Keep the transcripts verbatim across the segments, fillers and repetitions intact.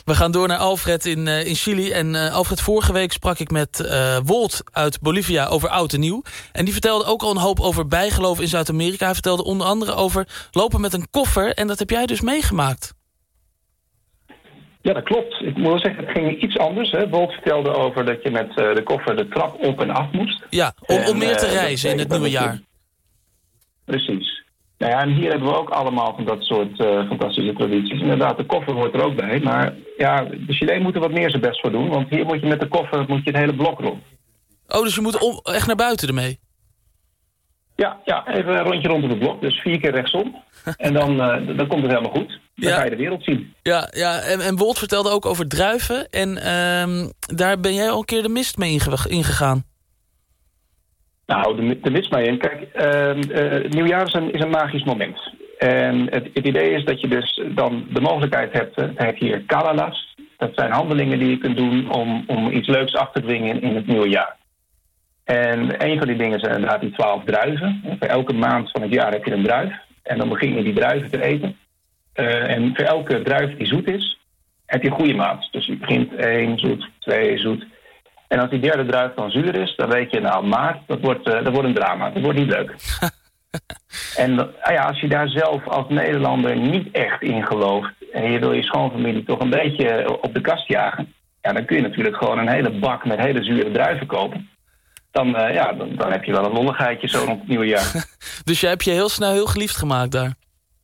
We gaan door naar Alfred in, uh, in Chili. En uh, Alfred, vorige week sprak ik met uh, Wolt uit Bolivia over oud en nieuw. En die vertelde ook al een hoop over bijgeloof in Zuid-Amerika. Hij vertelde onder andere over lopen met een koffer. En dat heb jij dus meegemaakt. Ja, dat klopt. Ik moet wel zeggen, het ging iets anders. Hè. Wolt vertelde over dat je met uh, de koffer de trap op en af moest. Ja, om, om en, meer te uh, reizen in het nieuwe jaar. Precies. Nou ja, en hier hebben we ook allemaal van dat soort uh, fantastische tradities. Inderdaad, de koffer hoort er ook bij. Maar ja, de Chileen moet er wat meer zijn best voor doen. Want hier moet je met de koffer moet je het hele blok rond. Oh, dus je moet om, echt naar buiten ermee? Ja, ja, even een rondje rond het blok. Dus vier keer rechtsom. En dan, uh, dan komt het helemaal goed. Dan ja. ga je de wereld zien. Ja, ja en, en Wolt vertelde ook over druiven. En uh, daar ben jij al een keer de mist mee inge- ingegaan. Nou, de, de mist mee in. Kijk, uh, uh, nieuwjaar is een, is een magisch moment. En het, het idee is dat je dus dan de mogelijkheid hebt. Het heet hier kalalas. Dat zijn handelingen die je kunt doen om, om iets leuks af te dwingen in, in het nieuwe jaar. En een van die dingen zijn inderdaad die twaalf druiven. Voor elke maand van het jaar heb je een druif. En dan begin je die druiven te eten. Uh, en voor elke druif die zoet is, heb je een goede maat. Dus je begint één zoet, twee zoet. En als die derde druif dan zuur is, dan weet je, nou maart, dat wordt, uh, dat wordt een drama. Dat wordt niet leuk. En uh, ja, als je daar zelf als Nederlander niet echt in gelooft en je wil je schoonfamilie toch een beetje op de kast jagen, ja, dan kun je natuurlijk gewoon een hele bak met hele zure druiven kopen. Dan, uh, ja, dan, dan heb je wel een lolligheidje zo rond het nieuwe jaar. Dus jij hebt je heel snel heel geliefd gemaakt daar?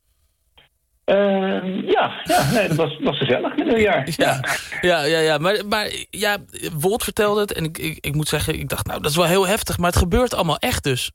Uh, ja, ja nee, dat was, was gezellig met nieuwjaar. Ja, ja, ja, ja. Maar, maar ja, Wolt vertelde het en ik, ik, ik moet zeggen, ik dacht, nou, dat is wel heel heftig, maar het gebeurt allemaal echt dus.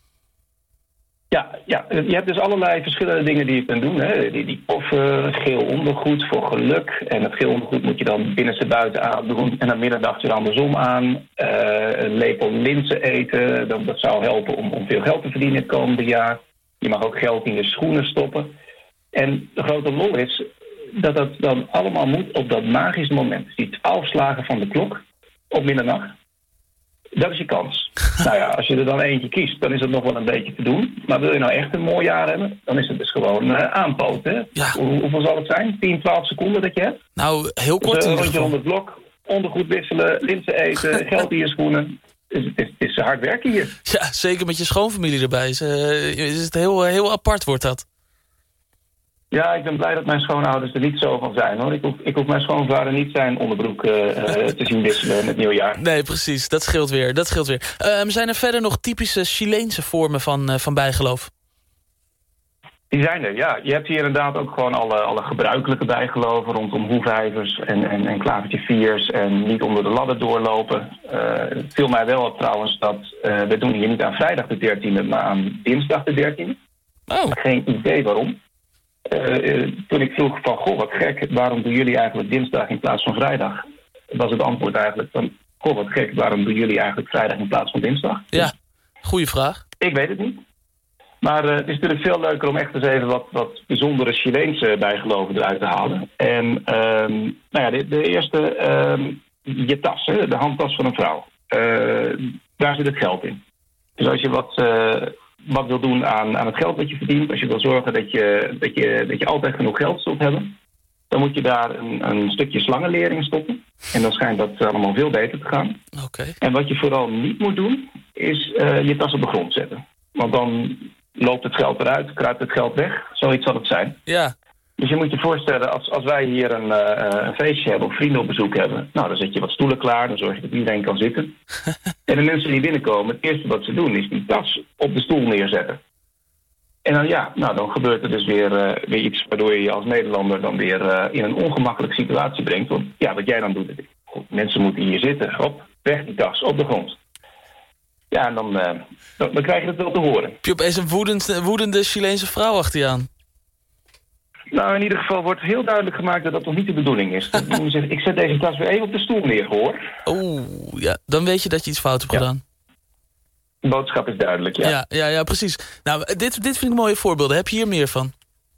Ja, ja, je hebt dus allerlei verschillende dingen die je kunt doen. Hè. Die, die koffer, geel ondergoed voor geluk. En het geel ondergoed moet je dan binnenste buiten aan doen. En dan middernacht weer andersom aan. Uh, een lepel linzen eten. Dat, dat zou helpen om, om veel geld te verdienen het komende jaar. Je mag ook geld in je schoenen stoppen. En de grote lol is dat dat dan allemaal moet op dat magische moment. Dus die twaalf slagen van de klok op middernacht. Dat is je kans. Nou ja, als je er dan eentje kiest, dan is het nog wel een beetje te doen. Maar wil je nou echt een mooi jaar hebben, dan is het dus gewoon uh, aanpoten. Ja. Hoe, hoeveel zal het zijn? tien, twaalf seconden dat je hebt? Nou, heel kort dus, uh, in ieder rondje geval. rond het blok, ondergoed wisselen, linzen eten, geld in je schoenen. Dus het, is, het is hard werken hier. Ja, zeker met je schoonfamilie erbij. Is, uh, is het heel, heel apart wordt dat. Ja, ik ben blij dat mijn schoonouders er niet zo van zijn, hoor. Ik hoef, ik hoef mijn schoonvader niet zijn onderbroek uh, uh, te zien wisselen in het nieuwjaar. Nee, precies. Dat scheelt weer. Dat scheelt weer. Uh, zijn er verder nog typische Chileense vormen van, uh, van bijgeloof? Die zijn er, ja. Je hebt hier inderdaad ook gewoon alle, alle gebruikelijke bijgeloven rondom hoefijvers en, en, en klavertje viers en niet onder de ladder doorlopen. Uh, het viel mij wel op trouwens dat uh, we doen hier niet aan vrijdag de dertiende, maar aan dinsdag de dertiende. Oh. Geen idee waarom. Uh, uh, toen ik vroeg van, goh, wat gek, waarom doen jullie eigenlijk dinsdag in plaats van vrijdag? Was het antwoord eigenlijk van, goh, wat gek, waarom doen jullie eigenlijk vrijdag in plaats van dinsdag? Ja, goeie vraag. Ik weet het niet. Maar uh, het is natuurlijk veel leuker om echt eens even wat, wat bijzondere Chileense bijgeloven eruit te halen. En um, nou ja, de, de eerste, um, je tas, hè, de handtas van een vrouw. Uh, daar zit het geld in. Dus als je wat... Uh, wat wil doen aan, aan het geld dat je verdient, als je wil zorgen dat je, dat je, dat je altijd genoeg geld zult hebben, dan moet je daar een, een stukje slangenleer in stoppen. En dan schijnt dat allemaal veel beter te gaan. Okay. En wat je vooral niet moet doen, is uh, je tas op de grond zetten. Want dan loopt het geld eruit, kruipt het geld weg. Zoiets zal het zijn. Ja. Dus je moet je voorstellen, als, als wij hier een, uh, een feestje hebben of vrienden op bezoek hebben, nou, dan zet je wat stoelen klaar, dan zorg je dat iedereen kan zitten. En de mensen die binnenkomen, het eerste wat ze doen is die tas op de stoel neerzetten. En dan ja, nou, dan gebeurt er dus weer, uh, weer iets waardoor je je als Nederlander dan weer uh, in een ongemakkelijke situatie brengt. Want ja, wat jij dan doet, is, goed, mensen moeten hier zitten, hop, weg die tas, op de grond. Ja, en dan, uh, dan, dan krijg je het wel te horen. Heb je opeens een woedend, woedende Chileense vrouw achter je aan? Nou, in ieder geval wordt heel duidelijk gemaakt dat dat toch niet de bedoeling is. Dat moet zeggen, ik zet deze tas weer even op de stoel neer, hoor. Oeh, ja, dan weet je dat je iets fout hebt ja. gedaan. De boodschap is duidelijk, ja. Ja, ja, ja, precies. Nou, dit, dit vind ik mooie voorbeelden. Heb je hier meer van?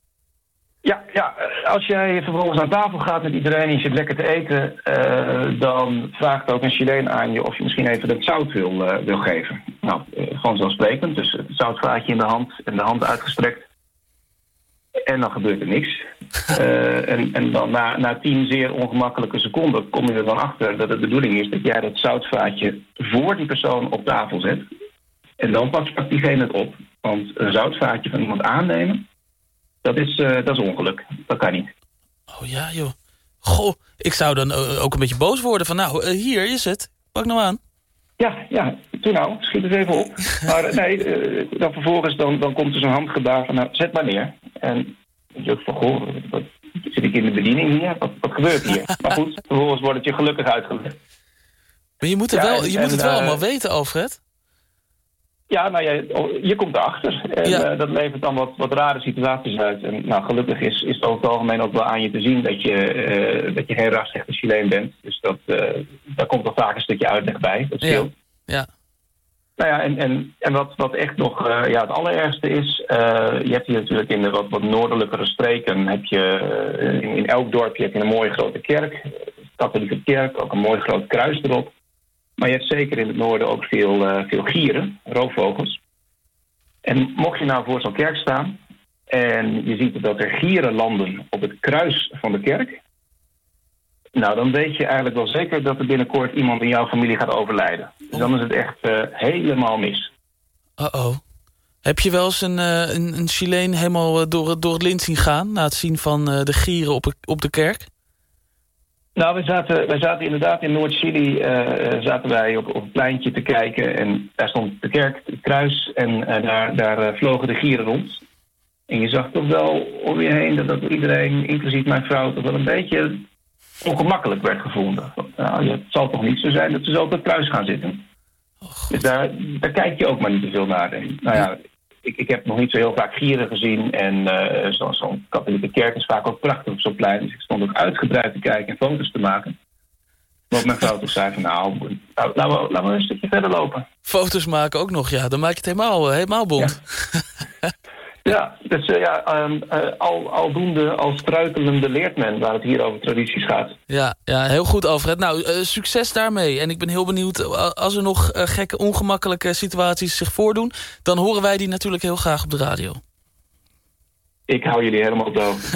Ja, ja, als jij vervolgens aan tafel gaat met iedereen en je zit lekker te eten, uh, dan vraagt ook een Chileen aan je of je misschien even het zout wil, uh, wil geven. Nou, uh, vanzelfsprekend. Dus het zoutvaatje in de hand en de hand uitgestrekt. En dan gebeurt er niks. uh, en, en dan na, na tien zeer ongemakkelijke seconden kom je er dan achter dat het de bedoeling is dat jij dat zoutvaatje voor die persoon op tafel zet. En dan pakt pakt diegene het op. Want een zoutvaatje van iemand aannemen, dat is, uh, dat is ongeluk. Dat kan niet. Oh ja, joh. Goh, ik zou dan uh, ook een beetje boos worden van nou, uh, hier is het. Pak nou aan. Ja, ja, doe nou, schiet eens even op. Maar nee, uh, dan vervolgens dan, dan komt er zo'n handgebaar van nou, zet maar neer. En je van goh, wat, zit ik in de bediening hier? Wat, wat gebeurt hier? Maar goed, vervolgens wordt het je gelukkig uitgelegd. Maar je moet, er ja, wel, en, je moet het wel uh, allemaal weten, Alfred. Ja, nou, je, je komt erachter. En ja. uh, dat levert dan wat, wat rare situaties uit. En nou, gelukkig is, is het over het algemeen ook wel aan je te zien dat je, uh, dat je geen rasechte Chileen bent. Dus dat, uh, daar komt wel vaak een stukje uitleg bij. Dat scheelt. Ja. ja. Nou ja, en, en, en wat, wat echt nog uh, ja, het allerergste is, uh, je hebt hier natuurlijk in de wat, wat noordelijkere streken, heb je uh, in, in elk dorpje heb je een mooie grote kerk, katholieke kerk, ook een mooi groot kruis erop. Maar je hebt zeker in het noorden ook veel, uh, veel gieren, roofvogels. En mocht je nou voor zo'n kerk staan en je ziet dat er gieren landen op het kruis van de kerk, nou, dan weet je eigenlijk wel zeker dat er binnenkort iemand in jouw familie gaat overlijden. Dus dan is het echt uh, helemaal mis. Uh-oh. Heb je wel eens een, uh, een, een Chileen helemaal uh, door, door het lint zien gaan na het zien van uh, de gieren op, op de kerk? Nou, wij zaten, wij zaten inderdaad in Noord-Chili, uh, zaten wij op, op een pleintje te kijken. En daar stond de kerk, het kruis, en uh, daar, daar uh, vlogen de gieren rond. En je zag toch wel om je heen dat, dat iedereen, inclusief mijn vrouw, toch wel een beetje ongemakkelijk werd gevonden. Nou, het zal toch niet zo zijn dat ze zo op het kruis gaan zitten. Oh, dus daar, daar kijk je ook maar niet te veel naar. En, nou ja, ik, ik heb nog niet zo heel vaak gieren gezien. En uh, zo'n zo katholieke kerk is vaak ook prachtig op zo'n plein. Dus ik stond ook uitgebreid te kijken en foto's te maken. Maar mijn vrouw toch zei van nou, nou laten, we, laten we een stukje verder lopen. Foto's maken ook nog, ja. Dan maak je het helemaal, helemaal bont. Ja. Ja, dus uh, ja, um, uh, al, aldoende, al struikelende leert men waar het hier over tradities gaat. Ja, ja, heel goed, Alfred. Nou, uh, succes daarmee. En ik ben heel benieuwd, uh, als er nog uh, gekke, ongemakkelijke situaties zich voordoen, dan horen wij die natuurlijk heel graag op de radio. Ik hou jullie helemaal zo.